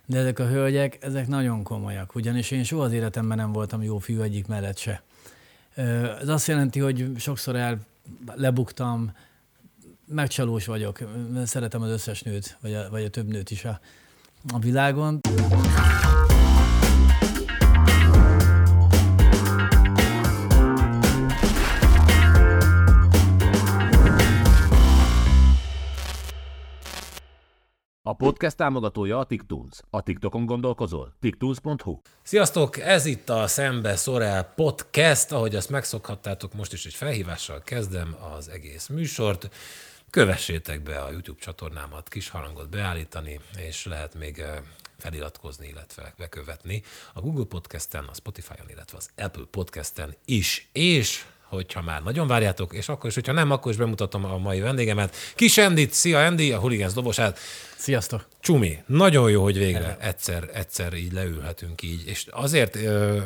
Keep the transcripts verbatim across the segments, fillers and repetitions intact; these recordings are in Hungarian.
De ezek a hölgyek, ezek nagyon komolyak, ugyanis én soha az életemben nem voltam jó fiú egyik mellett se. Ez azt jelenti, hogy sokszor el lebuktam, megcsalós vagyok, szeretem az összes nőt, vagy a, vagy a több nőt is a, a világon. A podcast támogatója a TikTools. A TikTokon gondolkozol? tiktools pont hu. Sziasztok! Ez itt a Szembe Szorel Podcast. Ahogy azt megszokhattátok, most is egy felhívással kezdem az egész műsort. Kövessétek be a YouTube csatornámat, kis harangot beállítani, és lehet még feliratkozni, illetve bekövetni a Google Podcasten, a Spotify-on, illetve az Apple Podcasten is. És hogyha már nagyon várjátok, és akkor is, hogyha nem, akkor is bemutatom a mai vendégemet. Kis Endit, szia Endi, a Hooligans dobosát. Sziasztok! Csumi, nagyon jó, hogy végre egyszer, egyszer így leülhetünk így, és azért ö,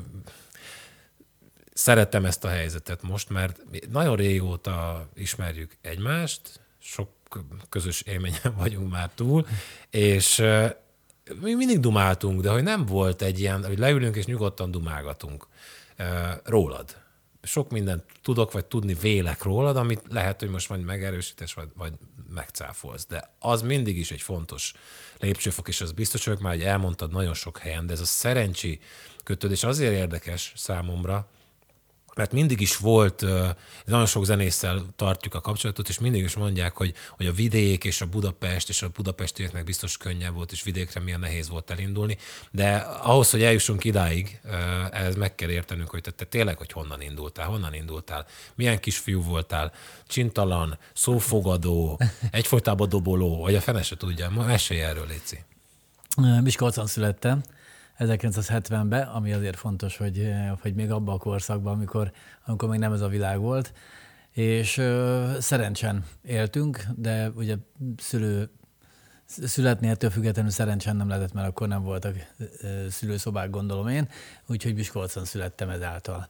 szerettem ezt a helyzetet most, mert nagyon régóta ismerjük egymást, sok közös élményen vagyunk már túl, és ö, mi mindig dumáltunk, de hogy nem volt egy ilyen, hogy leülünk és nyugodtan dumálgatunk ö, rólad. Sok mindent tudok, vagy tudni vélek rólad, amit lehet, hogy most majd megerősítesz, vagy, vagy megcáfolsz. De az mindig is egy fontos lépcsőfok, és az biztos vagyok már, hogy elmondtad nagyon sok helyen, de ez a szerencsi kötődés azért érdekes számomra, mert mindig is volt, nagyon sok zenésszel tartjuk a kapcsolatot, és mindig is mondják, hogy, hogy a vidék és a Budapest, és a budapestieknek biztos könnyebb volt, és vidékre milyen nehéz volt elindulni, de ahhoz, hogy eljussunk idáig, ehhez meg kell értenünk, hogy te, te tényleg, hogy honnan indultál, honnan indultál, milyen kisfiú voltál, csintalan, szófogadó, egyfolytában doboló, vagy a fene se tudja, mesélj erről, Léci. Miskolcon születtem ezerkilencszázhetvenben, ami azért fontos, hogy, hogy még abban a korszakban, amikor, amikor még nem ez a világ volt, és ö, szerencsen éltünk, de ugye szülő, születni ettől függetlenül szerencsen nem lehetett, mert akkor nem voltak ö, szülőszobák, gondolom én, úgyhogy Miskolcon születtem ezáltal.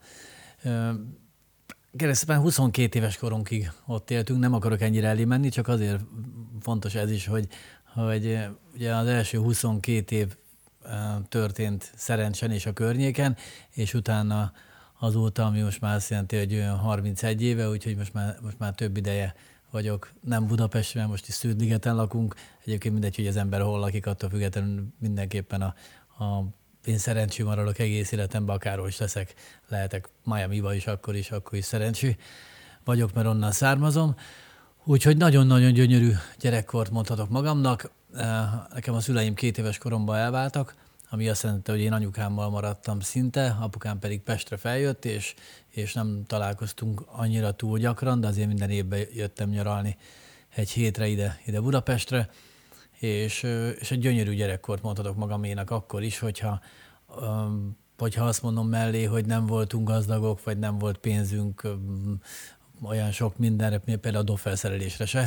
Keresztben huszonkét éves korunkig ott éltünk, nem akarok ennyire elé menni, csak azért fontos ez is, hogy, hogy ugye az első huszonkét év történt szerencsen és a környéken, és utána azóta, ami most már azt jelenti, hogy harmincegy éve, úgyhogy most már, most már több ideje vagyok nem Budapesten, most is Szűdligeten lakunk. Egyébként mindegy, hogy az ember hol lakik, attól függetlenül mindenképpen a, a én szerencsé maradok egész életemben, akárhol is leszek, lehetek Miami-ba is, akkor is, akkor is szerencsé vagyok, mert onnan származom. Úgyhogy nagyon-nagyon gyönyörű gyerekkort mondhatok magamnak. Nekem a szüleim két éves koromban elváltak, ami azt jelenti, hogy én anyukámmal maradtam szinte, apukám pedig Pestre feljött, és, és nem találkoztunk annyira túl gyakran, de azért minden évben jöttem nyaralni egy hétre ide, ide Budapestre, és, és egy gyönyörű gyerekkort mondhatok magaménak akkor is, hogyha, hogyha azt mondom mellé, hogy nem voltunk gazdagok, vagy nem volt pénzünk olyan sok mindenre, például a dobfelszerelésre se.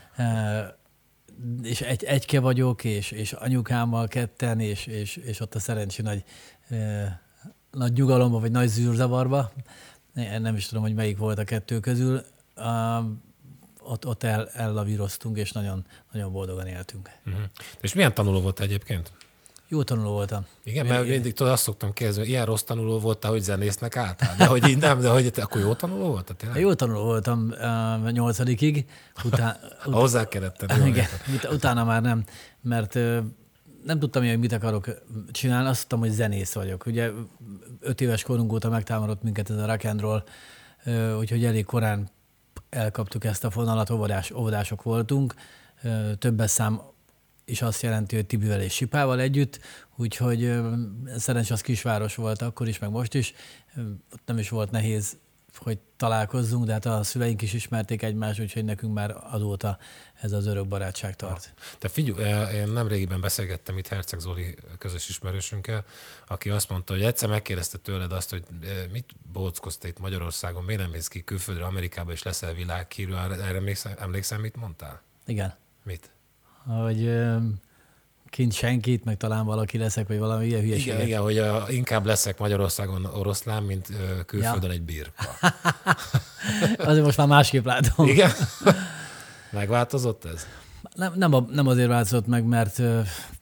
És egy, egyke vagyok, és, és anyukámmal ketten, és, és, és ott a szerencsé nagy, eh, nagy nyugalomba, vagy nagy zűrzavarba. Én nem is tudom, hogy melyik volt a kettő közül. Uh, ott ott el, ellavíroztunk, és nagyon, nagyon boldogan éltünk. Uh-huh. És milyen tanuló volt egyébként? Jó tanuló voltam. Igen, mert én... mindig tudod, azt szoktam kérdezni, hogy ilyen rossz tanuló voltál, hogy zenésznek álltál? De hogy így nem, de hogy te akkor jó tanuló voltál tényleg? Jó tanuló voltam uh, nyolcadikig. Utá... Ut... Hozzá kellett tenni. Igen, ut- utána már nem, mert uh, nem tudtam, hogy mit akarok csinálni, azt tudtam, hogy zenész vagyok. Ugye öt éves korunk óta megtámadott minket ez a rock and roll, uh, úgyhogy elég korán elkaptuk ezt a fonalat, óvodás, óvodások voltunk. Uh, többes szám és azt jelenti, hogy Tibivel és Sipával együtt, úgyhogy szerencsés az kisváros volt akkor is, meg most is. Ott nem is volt nehéz, hogy találkozzunk, de hát a szüleink is ismerték egymást, úgyhogy nekünk már azóta ez az örök barátság tart. Te figyelj, én nemrégiben beszélgettem itt Herceg Zoli közös ismerősünkkel, aki azt mondta, hogy egyszer megkérdezte tőled azt, hogy mit bóckoztál itt Magyarországon, miért nem mész ki külföldre, Amerikába, és leszel világhírű. Erre emlékszel, mit mondtál? Igen. Mit? Hogy kint senkit, meg talán valaki leszek, vagy valami ilyen hülyeséget. Igen, igen, hogy a, inkább leszek Magyarországon oroszlán, mint uh, külföldön ja. egy birka. Azért most már másképp látom. Igen? Megváltozott ez? Nem, nem, a, nem azért változott meg, mert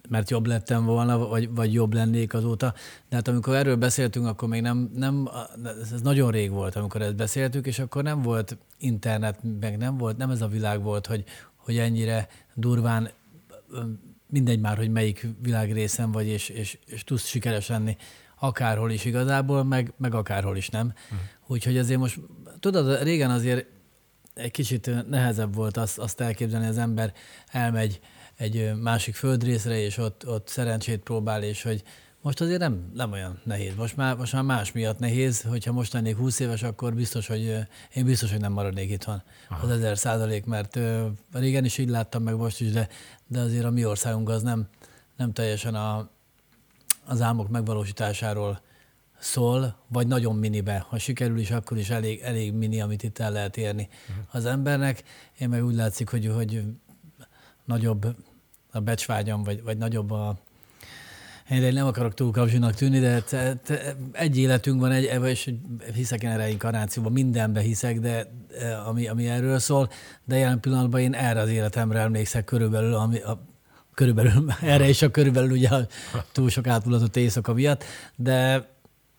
mert jobb lettem volna, vagy, vagy jobb lennék azóta. De hát amikor erről beszéltünk, akkor még nem, nem, ez nagyon rég volt, amikor ezt beszéltük, és akkor nem volt internet, meg nem volt, nem ez a világ volt, hogy, hogy ennyire durván, mindegy már, hogy melyik világrészen vagy, és, és, és tudsz sikeres lenni akárhol is igazából, meg, meg akárhol is nem. Uh-huh. Úgyhogy azért most, tudod, régen azért egy kicsit nehezebb volt azt, azt elképzelni, az ember elmegy egy másik földrészre, és ott, ott szerencsét próbál, és hogy most azért nem, nem olyan nehéz. Most már, most már más miatt nehéz, hogyha most lennék húsz éves, akkor biztos, hogy én biztos, hogy nem maradnék itthon. Aha. Az ezer százalék, mert ö, régen is így láttam, meg most is, de, de azért a mi országunk az nem, nem teljesen a, az álmok megvalósításáról szól, vagy nagyon minibe. Ha sikerül is, akkor is elég, elég mini, amit itt el lehet érni uh-huh. az embernek. Én meg úgy látszik, hogy, hogy nagyobb a becsvágyam, vagy, vagy nagyobb a... Én nem akarok túl kapzsinak tűnni, de te, te, egy életünk van, egy, és hiszek én erre inkarnációban, mindenbe hiszek, de ami, ami erről szól, de jelen pillanatban én erre az életemre emlékszek körülbelül, ami a, körülbelül erre is a körülbelül ugye túl sok átmulatott éjszaka miatt, de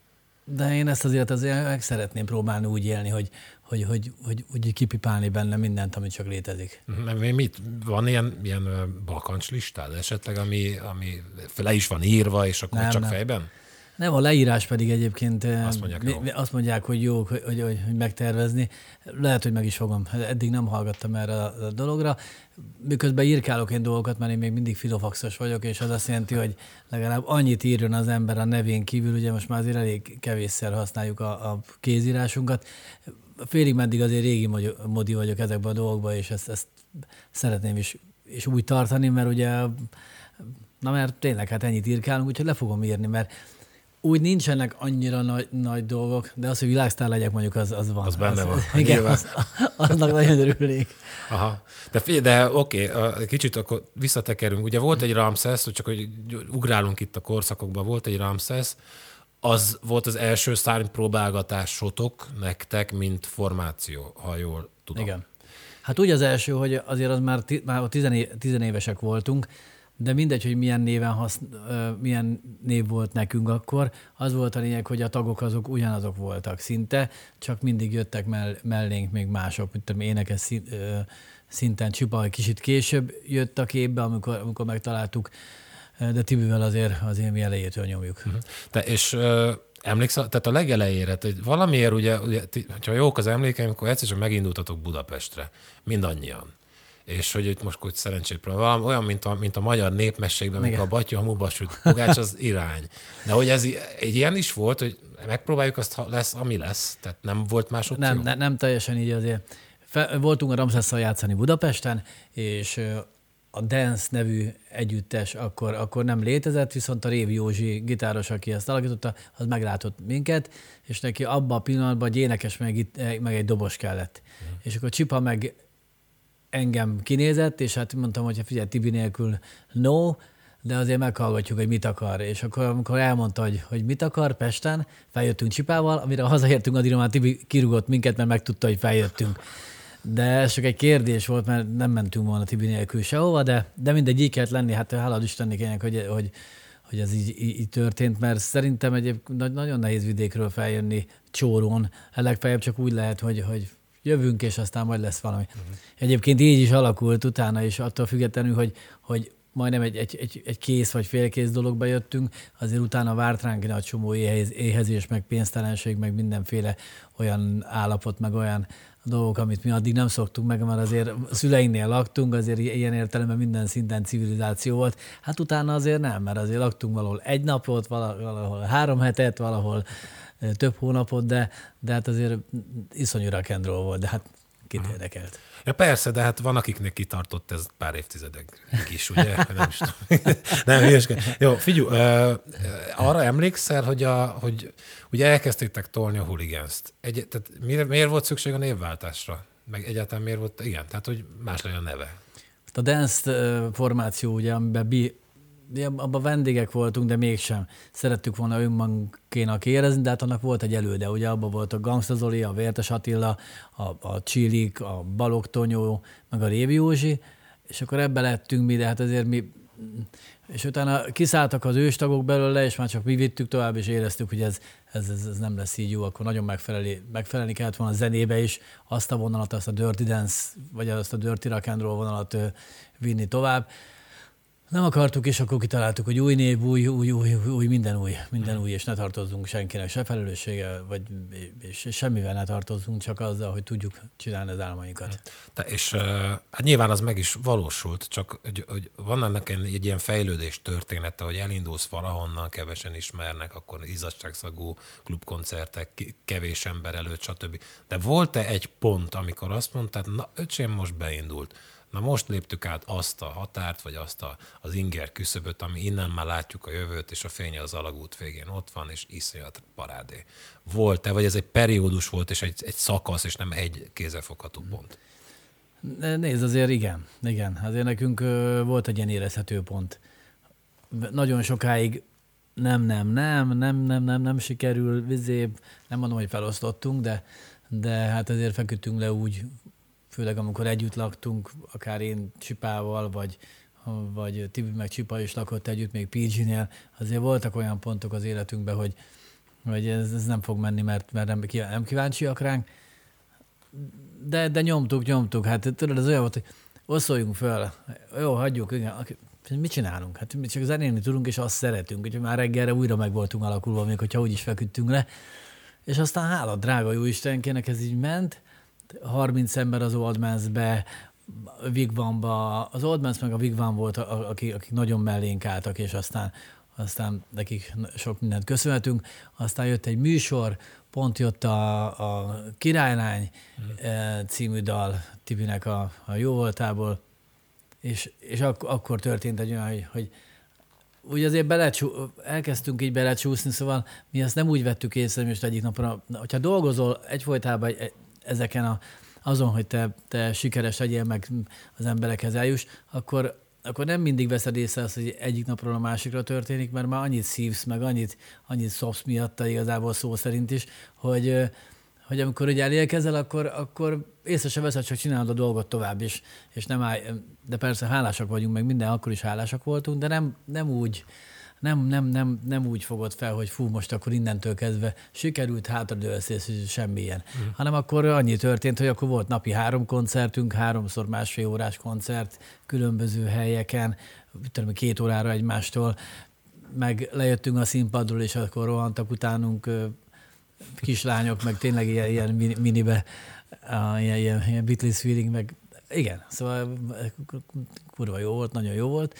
De én ezt azért azért meg szeretném próbálni úgy élni, hogy, hogy, hogy, hogy, hogy kipipálni benne mindent, amit csak létezik. Mit? Van ilyen, ilyen bakancslistád esetleg, ami, ami le is van írva, és akkor nem, csak nem. fejben? Nem, a leírás pedig egyébként azt mondják, mi, azt mondják hogy jó, hogy, hogy, hogy megtervezni. Lehet, hogy meg is fogom. Eddig nem hallgattam erre a dologra. Miközben írkálok én dolgokat, mert én még mindig filofaxos vagyok, és az azt jelenti, hogy legalább annyit írjon az ember a nevén kívül, ugye most már azért elég kevésszer használjuk a, a kézírásunkat. Félig meddig azért régi modi vagyok ezekben a dolgokban, és ezt, ezt szeretném is, is úgy tartani, mert ugye, na mert tényleg hát ennyit írkálunk, úgyhogy le fogom írni, mert úgy nincsenek annyira nagy, nagy dolgok, de az, hogy világsztár legyek, mondjuk az, az van. Az benne az, van. Igen, az, aznak nagyon örülnék. Aha. De figyelj, de oké, okay, kicsit akkor visszatekerünk. Ugye volt egy Ramszesz, csak hogy ugrálunk itt a korszakokban, volt egy Ramszesz, az volt az első szárnypróbálgatásotok nektek, mint formáció, ha jól tudom. Igen. Hát úgy az első, hogy azért az már, t- már tizenévesek voltunk, de mindegy, hogy milyen néven hasz, milyen név volt nekünk akkor, az volt a lényeg, hogy a tagok azok ugyanazok voltak szinte, csak mindig jöttek mell- mellénk még mások, mint tudom, énekes szinten Csupa, egy kicsit később jött a képbe, amikor, amikor megtaláltuk, de Tibivel azért, azért mi elejétől nyomjuk. Te, és uh, emlékszel, tehát a legelejére, tehát valamiért ugye, ugye, ha jók az emlékeim, akkor egyszer csak megindultatok Budapestre, mindannyian. És hogy itt most hogy szerencsét próbál, olyan, mint a, mint a magyar népmességben, amikor a batya hamuba süt, Pogács az irány. De hogy ez egy ilyen is volt, hogy megpróbáljuk, azt lesz, ami lesz. Tehát nem volt más opció? Nem, ne, nem teljesen így azért. Fe, voltunk a Ramszesszal játszani Budapesten, és a Dance nevű együttes akkor, akkor nem létezett, viszont a Révi Józsi gitáros, aki ezt alakította, az meglátott minket, és neki abban a pillanatban egy énekes meg, meg egy dobos kellett. Mm. És akkor Csipa meg engem kinézett, és hát mondtam, hogy figyelj, Tibi nélkül no, de azért meghallgatjuk, hogy mit akar. És akkor, amikor elmondta, hogy, hogy mit akar Pesten, feljöttünk Csipával, amire hazaértünk, addigra már Tibi kirúgott minket, mert megtudta, hogy feljöttünk. De ez csak egy kérdés volt, mert nem mentünk volna Tibi nélkül sehova, de, de mindegy, így kellett lenni, hát hálad Istennek ének, hogy, hogy, hogy ez így, így, így történt, mert szerintem egyébként nagyon nehéz vidékről feljönni Csórón. Legfeljebb csak úgy lehet, hogy, hogy jövünk, és aztán majd lesz valami. Uh-huh. Egyébként így is alakult utána, és attól függetlenül, hogy, hogy majdnem egy, egy, egy, egy kész vagy félkész dologba jöttünk, azért utána várt ránk egy csomó éhez, éhezés, meg pénztelenség, meg mindenféle olyan állapot, meg olyan dolgok, amit mi addig nem szoktunk meg, mert azért szüleinknél laktunk, azért ilyen értelemben minden szinten civilizáció volt. Hát utána azért nem, mert azért laktunk valahol egy napot, valahol három hetet, valahol több hónapot, de, de hát azért iszonyú rock and roll volt, de hát kit érdekelt. Ja persze, de hát van, akiknek kitartott ez pár évtizedek is, ugye? Nem is tudom. Nem, hülyeskedj. Jó, figyelj, uh, arra emlékszel, hogy, a, hogy ugye elkezdtétek tolni a Hooligans-t. Egy, tehát miért, miért volt szükség a névváltásra? Meg egyáltalán miért volt? Igen, tehát hogy más legyen a neve. A dance formáció, ugye, amiben bi abban vendégek voltunk, de mégsem szerettük volna önmagunkénak érezni, de hát annak volt egy előde. Ugye abban volt a Gangsta Zoli, a Vértes Attila, a, a Csillik, a Balogh Tonyó, meg a Révi Józsi, és akkor ebbe lettünk mi, de hát azért mi és utána kiszálltak az őstagok belőle, és már csak mi vittük tovább, és éreztük, hogy ez, ez, ez, ez nem lesz így jó, akkor nagyon megfelelni, megfelelni kellett volna a zenébe is, azt a vonalat, azt a Dirty Dance, vagy azt a Dirty Rock and Roll vonalat ö, vinni tovább. Nem akartuk, és akkor kitaláltuk, hogy új név, új, új, új, új, minden új, minden új, és ne tartozzunk senkinek se felelőssége, vagy és semmivel ne tartozzunk, csak azzal, hogy tudjuk csinálni az álmainkat. De és hát nyilván az meg is valósult, csak hogy, hogy van ennek egy ilyen fejlődés története, hogy elindulsz valahonnan, kevesen ismernek, akkor izzadságszagú klubkoncertek, kevés ember előtt, stb. De volt-e egy pont, amikor azt mondtad, na öcsém, most beindult. Na most léptük át azt a határt, vagy azt a, az inger küszöböt, ami innen már látjuk a jövőt, és a fény az alagút végén ott van, és iszonyat parádé. Volt-e, vagy ez egy periódus volt, és egy, egy szakasz, és nem egy kézzelfogható pont? Nézd, azért igen. Igen. Azért nekünk volt egy ilyen érezhető pont. Nagyon sokáig nem, nem, nem, nem, nem, nem, nem sikerül, vizé, nem mondom, hogy felosztottunk, de, de hát azért feküdtünk le úgy, főleg amikor együtt laktunk, akár én Csipával, vagy, vagy Tibi meg Csipa is lakott együtt, még pé gé-nél, azért voltak olyan pontok az életünkben, hogy, hogy ez, ez nem fog menni, mert, mert nem, nem kíváncsiak ránk. De, de nyomtuk, nyomtuk. Hát tudod, az olyan volt, hogy osszoljunk föl. Jó, hagyjuk, igen. Mit csinálunk? Hát mi csak zenélni tudunk, és azt szeretünk. Úgyhogy már reggelre újra meg voltunk alakulva, még hogyha úgy is feküdtünk le. És aztán hála, drága jó Istenkének, ez így ment. harminc ember az Old Man's-be, Wigwamba. Az Old Man's meg a Wigwam volt, akik, akik nagyon mellénk álltak, és aztán, aztán nekik sok mindent köszönhetünk. Aztán jött egy műsor, pont jött a, a Királylány mm. című dal Tibinek a, a jó voltából, és, és ak- akkor történt egy olyan, hogy, hogy úgy azért belecsú, elkezdtünk így belecsúszni, szóval mi ezt nem úgy vettük észre, hogy most egyik napra, hogyha dolgozol egyfolytában egy, ezeken a, azon, hogy te, te sikeres legyél, meg az emberekhez eljuss, akkor, akkor nem mindig veszed észre azt, hogy egyik napról a másikra történik, mert már annyit szívsz, meg annyit, annyit szopsz miatta igazából szó szerint is, hogy, hogy amikor ugye elérkezel, akkor, akkor észre se veszed, csak csinálod a dolgot tovább is, és nem állj, de persze hálásak vagyunk, meg minden, akkor is hálásak voltunk, de nem, nem úgy, Nem, nem, nem, nem úgy fogod fel, hogy fú, most akkor innentől kezdve sikerült, hátradőlsz, és semmilyen. Mm. Hanem akkor annyi történt, hogy akkor volt napi három koncertünk, háromszor másfél órás koncert, különböző helyeken, tudom, két órára egymástól, meg lejöttünk a színpadról, és akkor rohantak utánunk kislányok, meg tényleg ilyen, ilyen minibe, ilyen, ilyen, ilyen Beatles feeling, meg igen, szóval kurva jó volt, nagyon jó volt.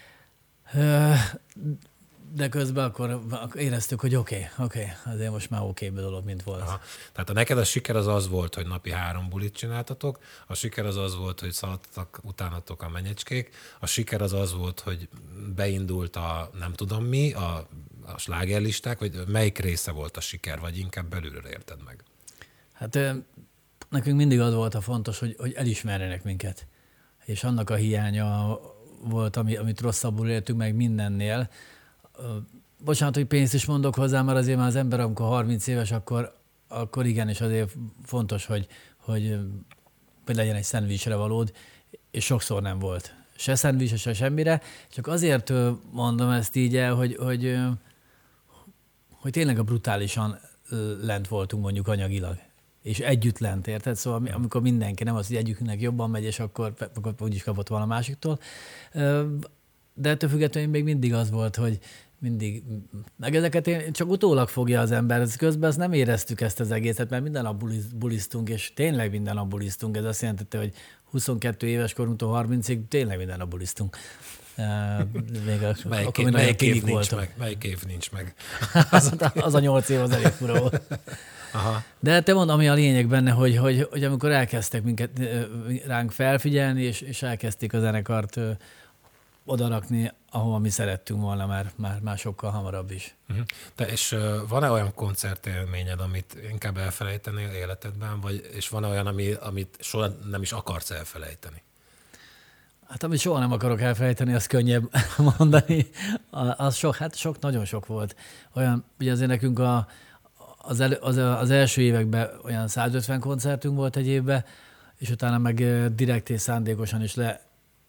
De közben akkor éreztük, hogy oké, okay, oké, okay, azért most már oké okay, dolog, mint volt. Aha. Tehát a neked a siker az az volt, hogy napi három bulit csináltatok, a siker az az volt, hogy szaladtak utánatok a menyecskék, a siker az az volt, hogy beindult a nem tudom mi, a, a slágerlisták, vagy melyik része volt a siker, vagy inkább belülről érted meg? Hát nekünk mindig az volt a fontos, hogy, hogy elismerjenek minket. És annak a hiánya volt, ami, amit rosszabbul éltünk meg mindennél. Bocsánat, hogy pénzt is mondok hozzá, mert azért már az ember, amikor harminc éves, akkor, akkor igenis azért fontos, hogy, hogy, hogy legyen egy szendvicsre valód, és sokszor nem volt. Se szendvicsre, se semmire. Csak azért mondom ezt így el, hogy, hogy, hogy tényleg a brutálisan lent voltunk mondjuk anyagilag. És együtt lent, érted? Szóval amikor mindenki, nem az, hogy egyikünknek jobban megy, és akkor, akkor úgyis kapott volna a másiktól. De ettől függetlenül még mindig az volt, hogy mindig, meg ezeket én csak utólag fogja az ember. Közben azt nem éreztük ezt az egészet, mert minden nap bulisztunk, és tényleg minden nap bulisztunk. Ez azt jelenti, hogy huszonkettő éves korunktól harmincig tényleg minden nap bulisztunk. Még a, melyik, akkor, év, melyik, év nincs meg, melyik év nincs meg? az, az a nyolc év az elég fura volt. Aha. De te mondd, ami a lényeg benne, hogy, hogy, hogy amikor elkezdtek minket ránk felfigyelni, és, és elkezdték a zenekart odarakni, ahova mi szerettünk volna már, már, már sokkal hamarabb is. Uh-huh. Te, és uh, van-e olyan koncertélményed, amit inkább elfelejtenél életedben, vagy, és van-e olyan, ami, amit soha nem is akarsz elfelejteni? Hát amit soha nem akarok elfelejteni, az könnyebb mondani. Az sok, hát sok, nagyon sok volt. Olyan, ugye azért nekünk a Az, el, az, az első években olyan százötven koncertünk volt egy évben, és utána meg direkt és szándékosan is le,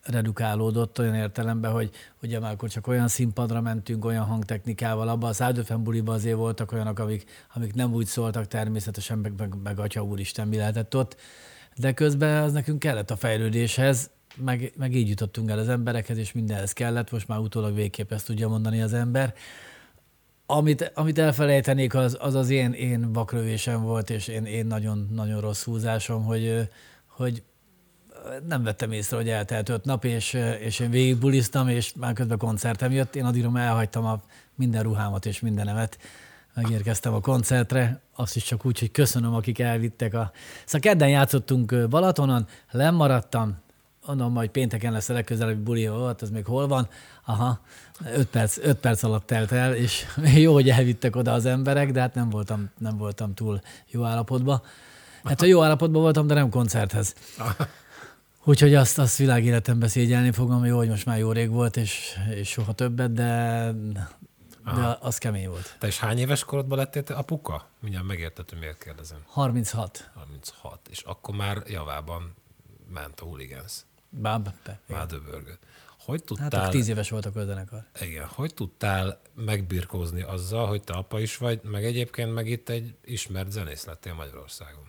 redukálódott olyan értelemben, hogy ugye már akkor csak olyan színpadra mentünk, olyan hangtechnikával, abban a száz ötven buliban azért voltak olyanok, amik, amik nem úgy szóltak természetesen, meg, meg, meg atya úristen, mi lehetett ott, de közben az nekünk kellett a fejlődéshez, meg, meg így jutottunk el az emberekhez, és mindenhez kellett, most már utólag végképp ezt tudja mondani az ember. Amit, amit elfelejtenék, az az, az én, én vakrövésem volt, és én, én nagyon, nagyon rossz húzásom, hogy, hogy nem vettem észre, hogy eltelt öt nap, és, és én végigbuliztam, és már közben koncertem jött. Én addigra elhagytam a minden ruhámat és mindenemet. Megérkeztem a koncertre, azt is csak úgy, hogy köszönöm, akik elvittek. A... Szóval kedden játszottunk Balatonon, lemaradtam, mondom, majd pénteken lesz a legközelebbi buli, ott az még hol van. Aha, öt perc, öt perc alatt telt el, és jó, hogy elvittek oda az emberek, de hát nem voltam, nem voltam túl jó állapotban. Hát a jó állapotban voltam, de nem koncerthez. Úgyhogy azt, azt világéletemben szégyelni fogom, jó, hogy most már jó rég volt, és, és soha többet, de, de az kemény volt. Te is hány éves korodban lettél te apuka? Mindjárt megérted, hogy miért kérdezem. harminchat. harminchat, és akkor már javában ment a Hooligans. Bá, be, már döbörgött. Hogy tudtál... Hát akkor tíz éves voltak a zenekar. Igen. Hogy tudtál megbirkózni azzal, hogy te apa is vagy, meg egyébként meg itt egy ismert zenész lettél Magyarországon?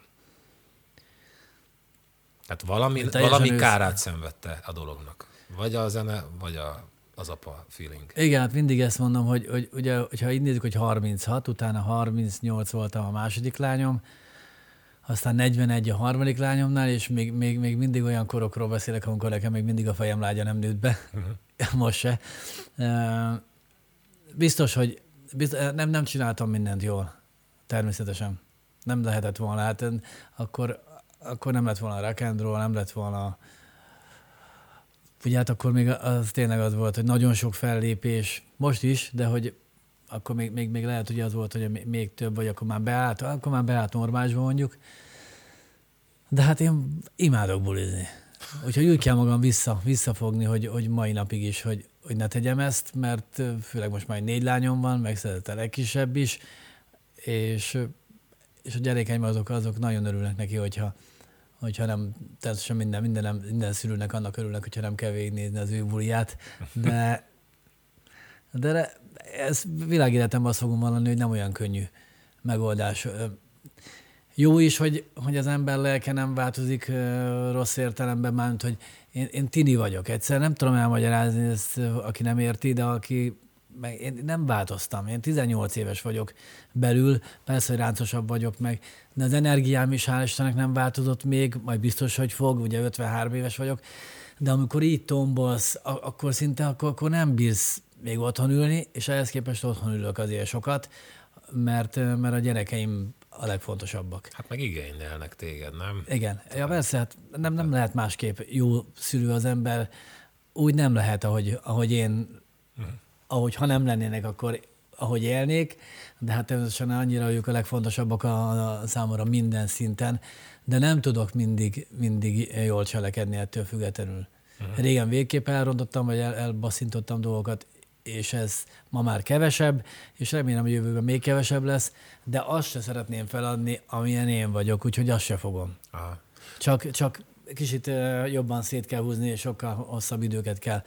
Tehát valami, valami kárát szenvedte a dolognak. Vagy a zene, vagy a, az apa feeling. Igen, hát mindig ezt mondom, hogy, hogy ugye, hogyha így nézzük, hogy harminchat, utána harmincnyolc voltam a második lányom, aztán negyvenegy a harmadik lányomnál, és még, még, még mindig olyan korokról beszélek, amikor nekem még mindig a fejem lágya nem nőtt be. Uh-huh. Most se. Biztos, hogy biztos, nem, nem csináltam mindent jól. Természetesen. Nem lehetett volna. Hát akkor, akkor nem lett volna rock and roll, nem lett volna... Ugye hát akkor még az tényleg az volt, hogy nagyon sok fellépés, most is, de hogy akkor még, még, még lehet, hogy az volt, hogy még több, vagy akkor már beállt, akkor már beállt normálisban mondjuk. De hát én imádok bulizni. Úgyhogy úgy kell magam vissza, visszafogni, hogy, hogy mai napig is, hogy, hogy ne tegyem ezt, mert főleg most már négy lányom van, megszületett a legkisebb is, és, és a gyerekeim azok, azok nagyon örülnek neki, hogyha, hogyha nem, természetesen minden, minden, minden szülőnek annak örülnek, hogyha nem kell végignézni az ő buliját, de, de ez világéletemben azt fogom mondani, hogy nem olyan könnyű megoldás. Jó is, hogy, hogy az ember lelke nem változik rossz értelemben, mármint, hogy én, én tini vagyok. Egyszer nem tudom elmagyarázni ezt, aki nem érti, de aki meg én nem változtam. Én tizennyolc éves vagyok belül, persze, hogy ráncosabb vagyok meg, de az energiám is hál' Istennek nem változott még, majd biztos, hogy fog, ugye ötvenhárom éves vagyok, de amikor így tombolsz, akkor szinte akkor, akkor nem bírsz még otthon ülni, és ehhez képest otthon ülök azért sokat, mert, mert a gyerekeim a legfontosabbak. Hát meg igényelnek téged, nem? Igen. Ja, persze, hát nem, nem lehet másképp jó szülő az ember. Úgy nem lehet, ahogy, ahogy én, uh-huh. ahogy ha nem lennének, akkor ahogy élnék, de hát természetesen annyira ők a legfontosabbak a, a számomra minden szinten, de nem tudok mindig, mindig jól cselekedni ettől függetlenül. Uh-huh. Régen végképp elrontottam, vagy el, elbaszintottam dolgokat, és ez ma már kevesebb, és remélem, hogy jövőben még kevesebb lesz, de azt se szeretném feladni, amilyen én vagyok, úgyhogy azt se fogom. Aha. Csak, csak kicsit jobban szét kell húzni, és sokkal hosszabb időket kell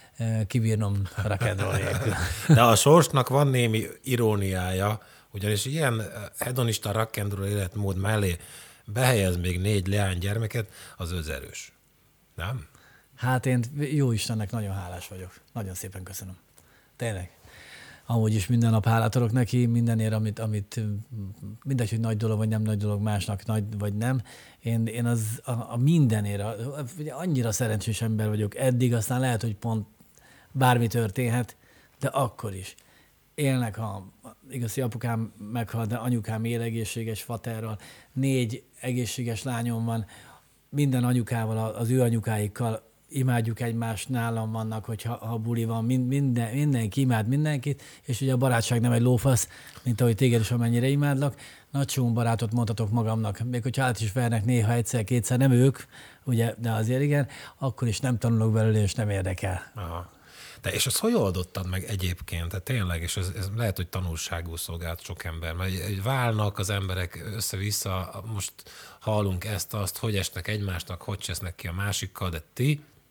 kibírnom rock and roll nélkül. De a sorsnak van némi iróniája, ugyanis ilyen hedonista rock and roll életmód mellé behelyez még négy leánygyermeket, az özerős. Nem? Hát én jó Istennek nagyon hálás vagyok. Nagyon szépen köszönöm. Tényleg. Amúgy is minden nap hálát adok neki, mindenért, amit, amit mindegy, hogy nagy dolog, vagy nem nagy dolog, másnak nagy, vagy nem. Én, én az a, a mindenért, a, ugye annyira szerencsés ember vagyok eddig, aztán lehet, hogy pont bármi történhet, de akkor is. Élnek, ha igazi apukám meghalt, de anyukám élegészséges faterral, négy egészséges lányom van, minden anyukával, az ő anyukáikkal imádjuk egymást, nálam vannak, hogyha ha buli van, minden, mindenki imád mindenkit, és ugye a barátság nem egy lófasz, mint ahogy téged is amennyire imádlak. Nagy csomó barátot mondhatok magamnak, még hogyha át is vernek néha egyszer, kétszer, nem ők, ugye, de azért igen, akkor is nem tanulok belőle, és nem érdekel. Aha. De és ezt hogy oldottad meg egyébként? Tehát tényleg, és ez, ez lehet, hogy tanulságul szolgált sok ember, mert válnak az emberek össze-vissza, most hallunk ezt, azt, hogy esnek egymásnak, hogy csesznek ki a másikkal, de ti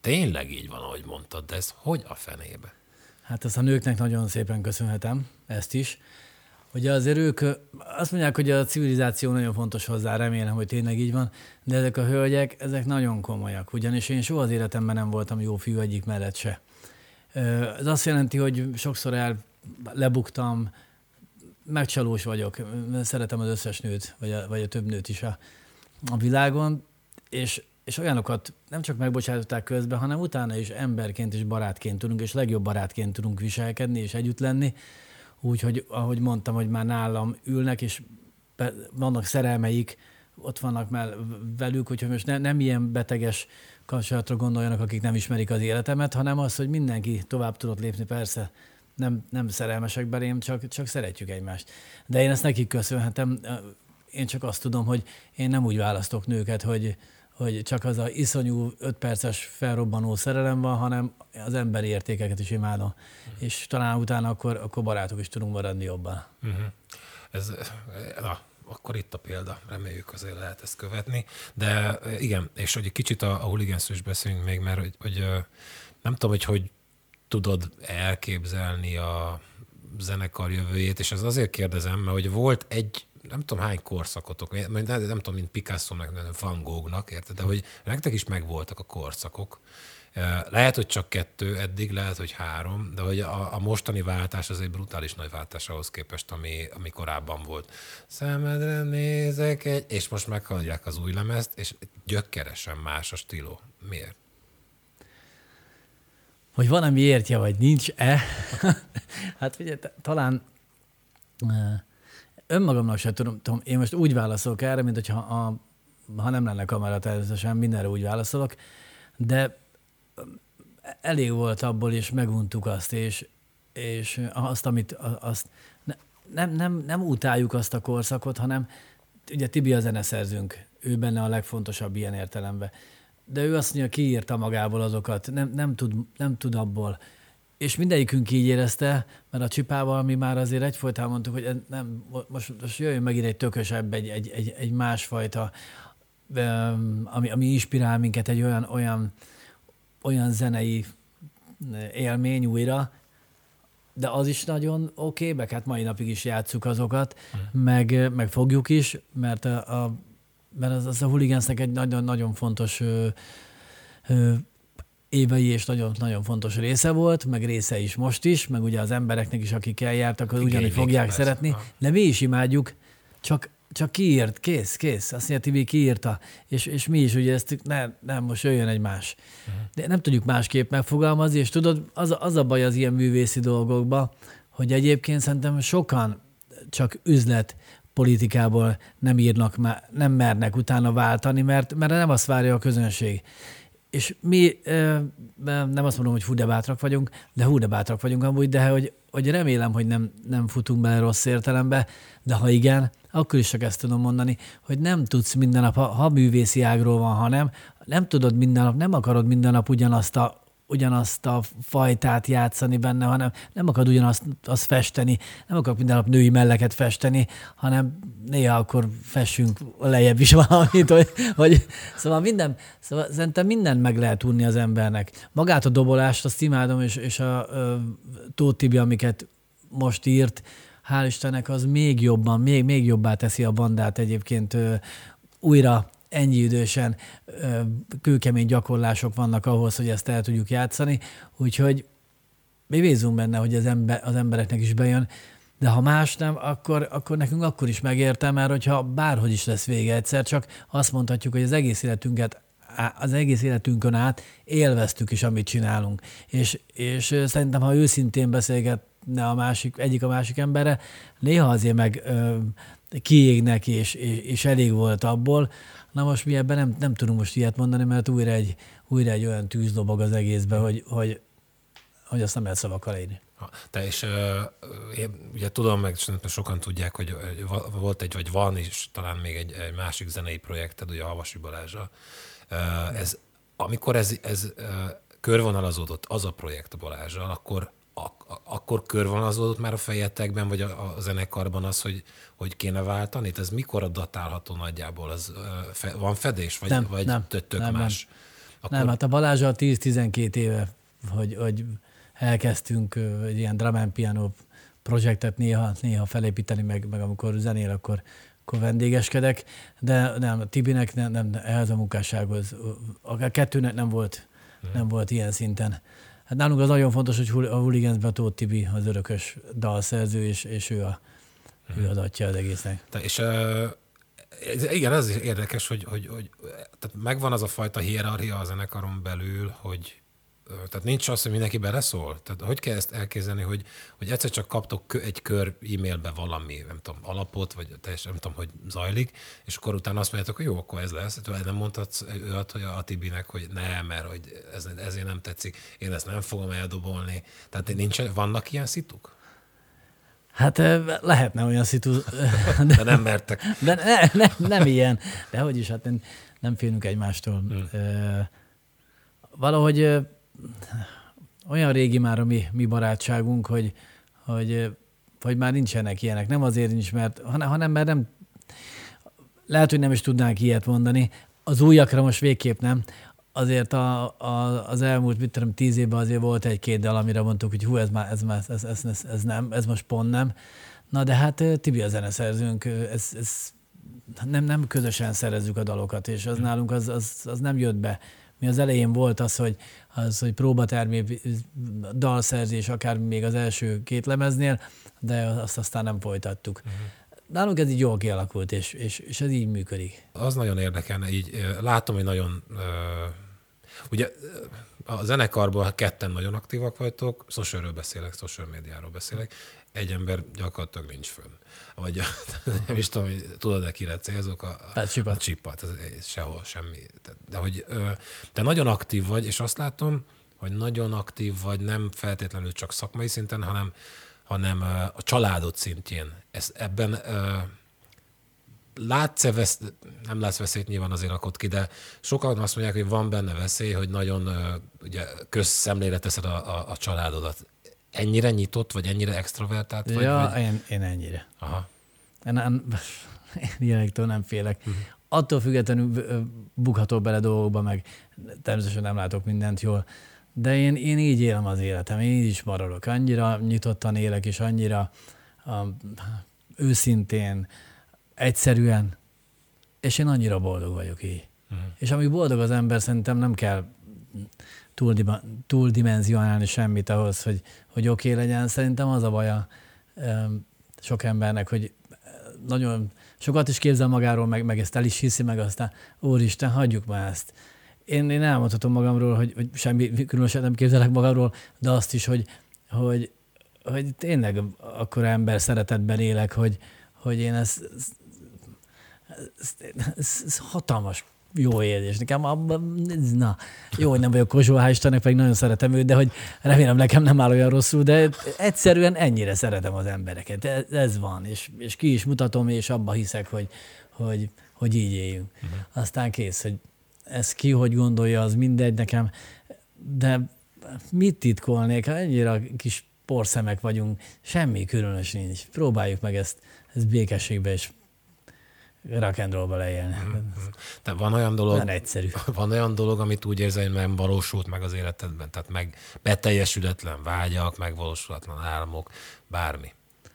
tényleg így van, ahogy mondtad, de ez hogy a fenébe? Hát ezt a nőknek nagyon szépen köszönhetem, ezt is. Ugye azért ők azt mondják, hogy a civilizáció nagyon fontos hozzá, remélem, hogy tényleg így van, de ezek a hölgyek, ezek nagyon komolyak, ugyanis én soha az életemben nem voltam jó fiú egyik mellett se. Ez azt jelenti, hogy sokszor el lebuktam, megcsalós vagyok, szeretem az összes nőt, vagy a, vagy a több nőt is a, a világon, és, és olyanokat nem csak megbocsátották közben, hanem utána is emberként és barátként tudunk, és legjobb barátként tudunk viselkedni és együtt lenni. Úgyhogy, ahogy mondtam, hogy már nálam ülnek, és vannak szerelmeik, ott vannak már velük, úgyhogy most ne, nem ilyen beteges kapcsolatra gondoljanak, akik nem ismerik az életemet, hanem az, hogy mindenki tovább tudott lépni, persze nem, nem szerelmesek belém, csak, csak szeretjük egymást. De én ezt nekik köszönhetem. Én csak azt tudom, hogy én nem úgy választok nőket, hogy, hogy csak az a iszonyú öt perces felrobbanó szerelem van, hanem az emberi értékeket is imádom. Uh-huh. És talán utána akkor, akkor barátok is tudunk maradni jobban. Uh-huh. Ez, na, akkor itt a példa, reméljük azért lehet ezt követni. De igen, és hogy egy kicsit a, a huligánszról is beszélünk még, mert hogy, hogy nem tudom, hogy hogy tudod elképzelni a zenekar jövőjét, és ez azért kérdezem, mert hogy volt egy, nem tudom hány korszakotok, nem, nem tudom, mint Picasso-nak, Van Gogh-nak, érted, de hogy nektek is megvoltak a korszakok. Lehet, hogy csak kettő eddig, lehet, hogy három, de hogy a, a mostani váltás az egy brutális nagy váltás ahhoz képest, ami, ami korábban volt. Szemedre nézek egy, és most meghallják az új lemezt, és gyökeresen más a stíló. Miért? Hogy van, ami értje, vagy nincs-e? Hát figyelj, talán önmagamnak sem tudom, tudom, én most úgy válaszolok erre, mint hogyha a, ha nem lenne kamera, természetesen mindenre úgy válaszolok, de elég volt abból, és meguntuk azt, és, és azt, amit azt, ne, nem, nem, nem utáljuk azt a korszakot, hanem ugye Tibi a zeneszerzőnk, ő benne a legfontosabb ilyen értelemben. De ő azt mondja, kiírta magából azokat, nem, nem, tud, nem tud abból. És mindegyikünk így érezte, mert a Csipával mi már azért egyfolytában mondtuk, hogy nem, most, most jöjjön megint egy tökösebb, egy, egy, egy, egy másfajta, ami, ami inspirál minket, egy olyan, olyan, olyan zenei élmény újra, de az is nagyon oké, meg hát mai napig is játsszuk azokat, mm. meg, meg fogjuk is, mert a, a mert az, az a Hooligans-nek egy nagyon-nagyon fontos ö, ö, évei és nagyon, nagyon fontos része volt, meg része is most is, meg ugye az embereknek is, akik eljártak, az ugyanígy fogják persze. szeretni, de mi is imádjuk, csak, csak kiírt, kész, kész, azt mondja, Tibi kiírta, és, és mi is ugye ezt, ne, nem, most jöjjön egy más. De nem tudjuk másképp megfogalmazni, és tudod, az, az a baj az ilyen művészi dolgokban, hogy egyébként szerintem sokan csak üzlet politikából nem írnak, nem mernek utána váltani, mert, mert nem azt várja a közönség. És mi nem azt mondom, hogy hú de bátrak vagyunk, de hú de bátrak vagyunk amúgy, de hogy, hogy remélem, hogy nem, nem futunk bele rossz értelembe, de ha igen, akkor is csak ezt tudom mondani, hogy nem tudsz minden nap, ha, ha művészi ágról van, ha nem, nem tudod minden nap, nem akarod minden nap ugyanazt a ugyanazt a fajtát játszani benne, hanem nem akarod ugyanazt azt festeni, nem akarok minden nap női melleket festeni, hanem néha akkor fessünk lejjebb is valamit, hogy, hogy szóval minden, szóval szerintem mindent meg lehet unni az embernek. Magát a dobolást, azt imádom, és, és a, a Tóth Tibi, amiket most írt, hál' Istennek, az még jobban, még, még jobbá teszi a bandát egyébként ö, újra ennyi idősen kőkemény gyakorlások vannak ahhoz, hogy ezt el tudjuk játszani, úgyhogy mi bízunk benne, hogy az, ember, az embereknek is bejön, de ha más nem, akkor, akkor nekünk akkor is megérte, mert hogyha bárhogy is lesz vége egyszer, csak azt mondhatjuk, hogy az egész életünket, az egész életünkön át élveztük is, amit csinálunk. És, és szerintem, ha őszintén beszélgetne a másik, egyik a másik emberre, néha azért meg ö, kiégnek, és, és, és elég volt abból. Na most mi ebben nem, nem tudunk most ilyet mondani, mert újra egy, újra egy olyan tűz lobog az egészben, hogy, hogy, hogy azt nem lehet szavakkal írni. Te is, én ugye tudom, meg sokan tudják, hogy volt egy, vagy van, és talán még egy, egy másik zenei projekted, ugye a Havasi Balázsa. Ez, amikor ez, ez körvonalazódott, az a projekt a Balázsral, akkor Ak- akkor körvonalazódott már a fejetekben, vagy a, a zenekarban az, hogy, hogy kéne váltani? Ez mikor datálható nagyjából? Az, fe, van fedés? Vagy, nem, vagy nem, tök nem, más? Akkor... Nem, hát a Balázsral tíz-tizenkét éve, hogy, hogy elkezdtünk egy ilyen drum and piano projektet néha, néha felépíteni, meg, meg amikor zenél, akkor, akkor vendégeskedek, de nem, a Tibinek nem, nem, ehhez a munkássághoz, a kettőnek nem volt, nem volt ilyen szinten. Hát nálunk az nagyon fontos, hogy a Hooligans-ben Tóth Tibi az örökös dalszerző, és, és ő, a, hmm. ő az atya az egésznek. Te, és uh, ez, igen, ez is érdekes, hogy, hogy, hogy tehát megvan az a fajta hierarchia a zenekaron belül, hogy tehát nincs az, hogy mindenki beleszól? Tehát hogy kell ezt elképzelni, hogy, hogy egyszer csak kaptok egy kör e-mailbe valami, nem tudom, alapot, vagy teljesen nem tudom, hogy zajlik, és akkor utána azt mondjátok, hogy jó, akkor ez lesz. Tehát nem mondhatsz olyat, hogy a Tibinek, hogy nem, mert hogy ez, ezért nem tetszik, én ezt nem fogom eldobolni. Tehát nincs, vannak ilyen szituk? Hát lehetne olyan szitu. De, de nem mertek. De ne, ne, nem ilyen. De hogy is, hát nem, nem félünk egymástól. Hmm. Valahogy olyan régi már a mi, mi barátságunk, hogy, hogy, hogy már nincsenek ilyenek. Nem azért nincs, mert, hanem, hanem mert nem, lehet, hogy nem is tudnánk ilyet mondani. Az újakra most végképp nem. Azért a, a, az elmúlt, mit tudom, tíz évben azért volt egy-két dal, amire mondtuk, hogy hú, ez már, ez, már, ez, ez, ez, ez nem, ez most pont nem. Na de hát Tibi a zeneszerzőnk, ez, ez nem, nem közösen szerezzük a dalokat, és az nálunk az, az, az nem jött be. Mi az elején volt az, hogy, az, hogy próbatermi dalszerzés, akár még az első két lemeznél, de azt aztán nem folytattuk. Uh-huh. Nálunk ez így jól kialakult, és, és, és ez így működik. Az nagyon érdekelne, így látom, hogy nagyon... Uh, ugye a zenekarból ketten nagyon aktívak vagytok, socialről beszélek, social médiáról beszélek, egy ember gyakorlatilag nincs fönn. Vagy nem is tudom, hogy tudod-e kire célzok? A, a, a csipat, ez sehol, semmi. De hogy te nagyon aktív vagy, és azt látom, hogy nagyon aktív vagy, nem feltétlenül csak szakmai szinten, hanem, hanem a családod szintjén. Ez, ebben látsz-e vesz, nem látsz veszélyt, nyilván azért rakod ki, de sokan azt mondják, hogy van benne veszély, hogy nagyon ugye, közszemlére teszed a, a, a családodat. Ennyire nyitott, vagy ennyire extrovertált vagy? Ja, vagy? Én, én ennyire. Aha. Én, én, én ilyenektől nem félek. Uh-huh. Attól függetlenül bukható bele dolgokba, meg természetesen nem látok mindent jól, de én, én így élem az életem, én így is maradok. Annyira nyitottan élek, és annyira um, őszintén, egyszerűen, és én annyira boldog vagyok így. Uh-huh. És amíg boldog az ember, szerintem nem kell túldimenzionálni semmit ahhoz, hogy, hogy oké okay legyen. Szerintem az a baja um, sok embernek, hogy nagyon sokat is képzel magáról, meg, meg ezt el is hiszi, meg aztán úristen, hagyjuk már ezt. Én, én elmondhatom magamról, hogy, hogy semmi különösen nem képzelek magamról, de azt is, hogy, hogy, hogy tényleg akkora ember szeretetben élek, hogy, hogy én ezt, ezt, ezt, ezt hatalmas jó érzés. Nekem abban, na, jó, hogy nem vagyok Kozsó, hál' Istennek, pedig nagyon szeretem őt, de hogy remélem nekem nem áll olyan rosszul, de egyszerűen ennyire szeretem az embereket. Ez, ez van, és, és ki is mutatom, és abba hiszek, hogy, hogy, hogy így éljünk. Uh-huh. Aztán kész, hogy ez ki, hogy gondolja, az mindegy nekem, de mit titkolnék, ha ennyire kis porszemek vagyunk, semmi különös nincs. Próbáljuk meg ezt, ezt békességbe és rock and rollba leélni. Mm-hmm. De van olyan dolog, nem egyszerű. Van olyan dolog, amit úgy érzel, hogy nem valósult meg az életedben, tehát meg beteljesületlen vágyak, megvalósulatlan álmok, bármi.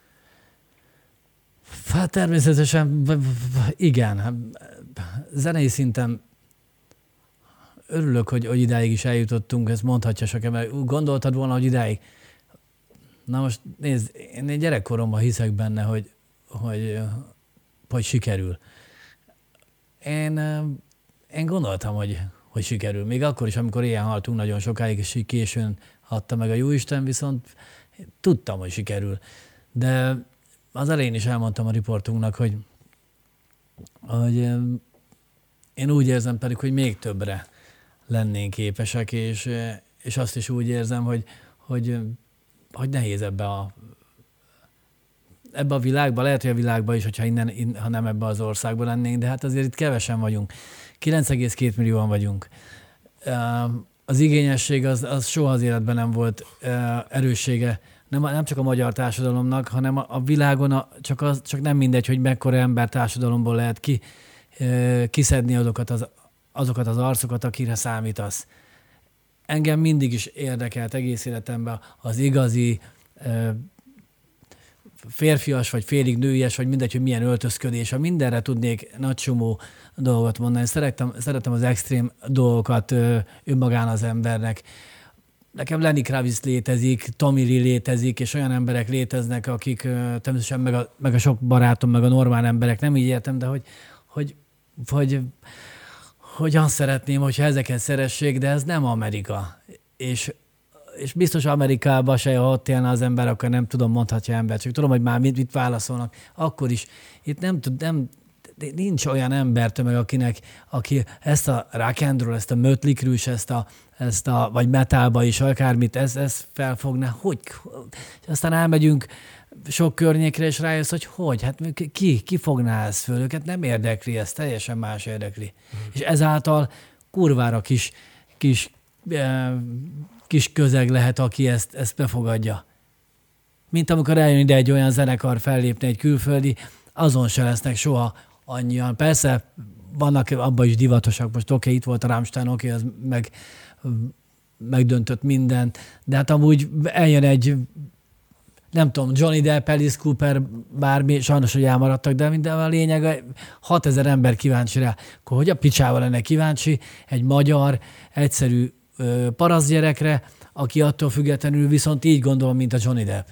Hát természetesen igen. Zenei szinten örülök, hogy, hogy idáig is eljutottunk, ezt mondhatja sok ember. Gondoltad volna, hogy idáig? Na most nézd, én gyerekkoromban hiszek benne, hogy, hogy hogy sikerül. Én, én gondoltam, hogy, hogy sikerül. Még akkor is, amikor ilyen haltunk nagyon sokáig, és későn adta meg a Jóisten, viszont tudtam, hogy sikerül. De az elején is elmondtam a riportunknak, hogy, hogy én úgy érzem pedig, hogy még többre lennénk képesek, és, és azt is úgy érzem, hogy, hogy, hogy nehéz ebbe a ebbe a világba, lehet, hogy a világban is, hogyha innen, in, ha nem ebbe az országban lennénk, de hát azért itt kevesen vagyunk. kilenc egész két millióan vagyunk. Az igényesség az, az soha az életben nem volt erőssége, nem, nem csak a magyar társadalomnak, hanem a, a világon a, csak, az, csak nem mindegy, hogy mekkora ember társadalomból lehet ki, kiszedni azokat az azokat az arcokat, akire számítasz. Engem mindig is érdekelt egész életemben az igazi férfias, vagy félig nőies, vagy mindegy, hogy milyen öltözködés. Ha mindenre tudnék nagy csomó dolgot mondani. Szeretem, szeretem az extrém dolgokat önmagán az embernek. Nekem Lenny Kravitz létezik, Tommy Lee létezik, és olyan emberek léteznek, akik természetesen meg a, meg a sok barátom, meg a normál emberek, nem így értem, de hogy, hogy, hogy, hogy azt szeretném, hogyha ezeket szeressék, de ez nem Amerika. És és biztos Amerikában se, ha ott élne az ember, akkor nem tudom, mondhatja ember, csak tudom, hogy már mit, mit válaszolnak. Akkor is. Itt nem tud, nem, nincs olyan embertömeg, akinek, aki ezt a rock and roll, ezt a Mötley Crüe, ezt a, ezt a, vagy metalba is, akármit, ez, ez felfogná. Hogy? És aztán elmegyünk sok környékre, és rájössz, hogy hogy? Hát ki, ki fogná ezt föl? Őket nem érdekli, ez teljesen más érdekli. Mm. És ezáltal kurvára kis, kis eh, kis közeg lehet, aki ezt, ezt befogadja. Mint amikor eljön ide egy olyan zenekar fellépni, egy külföldi, azon se lesznek soha annyian. Persze vannak abban is divatosak, most oké, okay, itt volt a Rammstein, oké, okay, az meg, megdöntött mindent, de hát amúgy eljön egy, nem tudom, Johnny Depp, Alice Cooper, bármi, sajnos, hogy elmaradtak, de minden a lényeg, hatezer ember kíváncsi rá. Akkor hogy a picsával lenne kíváncsi egy magyar, egyszerű parasz gyerekre, aki attól függetlenül viszont így gondol, mint a Johnny Depp.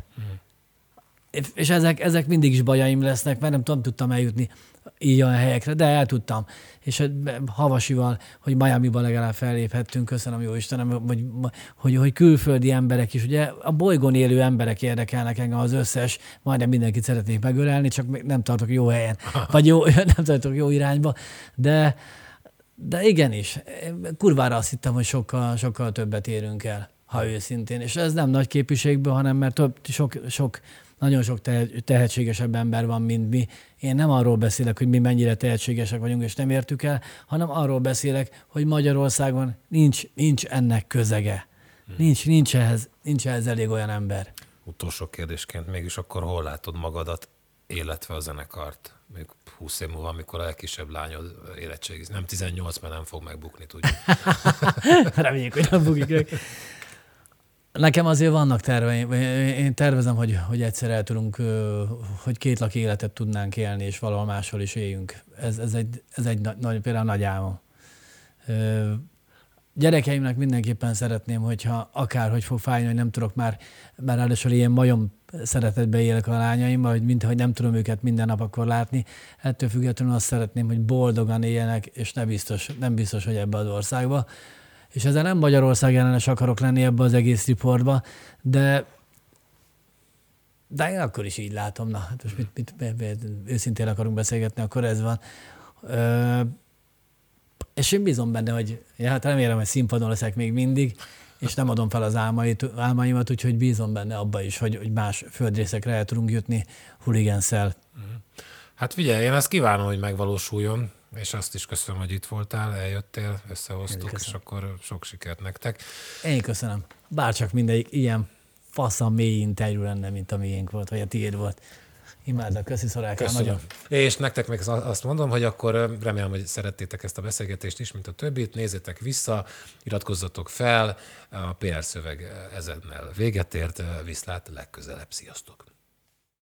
Mm. És ezek, ezek mindig is bajaim lesznek, mert nem tudom, tudtam eljutni így olyan helyekre, de el tudtam. És Havasival, hogy Miamiban legalább felléphettünk, köszönöm jó Istenem, hogy, hogy, hogy külföldi emberek is, ugye a bolygón élő emberek érdekelnek engem az összes, majdnem mindenkit szeretnék megölelni, csak nem tartok jó helyen, vagy jó, nem tartok jó irányba, de De igenis, kurvára azt hittem, hogy sokkal, sokkal többet érünk el, ha őszintén. És ez nem nagy képviségből, hanem mert több, sok, sok, nagyon sok tehetségesebb ember van, mint mi. Én nem arról beszélek, hogy mi mennyire tehetségesek vagyunk, és nem értük el, hanem arról beszélek, hogy Magyarországon nincs, nincs ennek közege. Nincs, nincs, ehhez, nincs ehhez elég olyan ember. Utolsó kérdésként mégis akkor hol látod magadat, illetve a zenekart? Még húsz év múlva, amikor a legkisebb lányod érettségiz. Nem tizennyolc, mert nem fog megbukni, tudjuk. Reméljük, hogy nem bukik. Nekem azért vannak terveim. Én tervezem, hogy, hogy egyszer el tudunk, hogy két laki életet tudnánk élni, és valahol máshol is éljünk. Ez, ez egy, ez egy nagy, például nagy álmom. Gyerekeimnek mindenképpen szeretném, hogyha akárhogy fog fájni, hogy nem tudok már, már ráadásul ilyen majom szeretetbe élek a lányaimmal, hogy mint, hogy nem tudom őket minden nap akkor látni. Ettől függetlenül azt szeretném, hogy boldogan éljenek, és nem biztos, nem biztos, hogy ebbe az országba. És ezzel nem Magyarország ellenes akarok lenni ebbe az egész riportba, de de én akkor is így látom. Na, hát most mit, mit, mit, mit, őszintén akarunk beszélgetni, akkor ez van. Ö, és én bízom benne, hogy ja, hát remélem, hogy színpadon leszek még mindig, és nem adom fel az álmait, álmaimat, úgyhogy bízom benne abba is, hogy, hogy más földrészekre el tudunk jutni huligenszel. Hát figyelj, én ezt kívánom, hogy megvalósuljon, és azt is köszönöm, hogy itt voltál, eljöttél, összehoztuk, és akkor sok sikert nektek. Én köszönöm. Bárcsak mindegyik ilyen faszam mély interjú lenne, mint a miénk volt, vagy a tiéd volt. Imádlak, köszi Szorálkán, nagyon. És nektek meg azt mondom, hogy akkor remélem, hogy szerettétek ezt a beszélgetést is, mint a többit. Nézzétek vissza, iratkozzatok fel, a pé er szöveg ezennel véget ért, viszlát legközelebb. Sziasztok!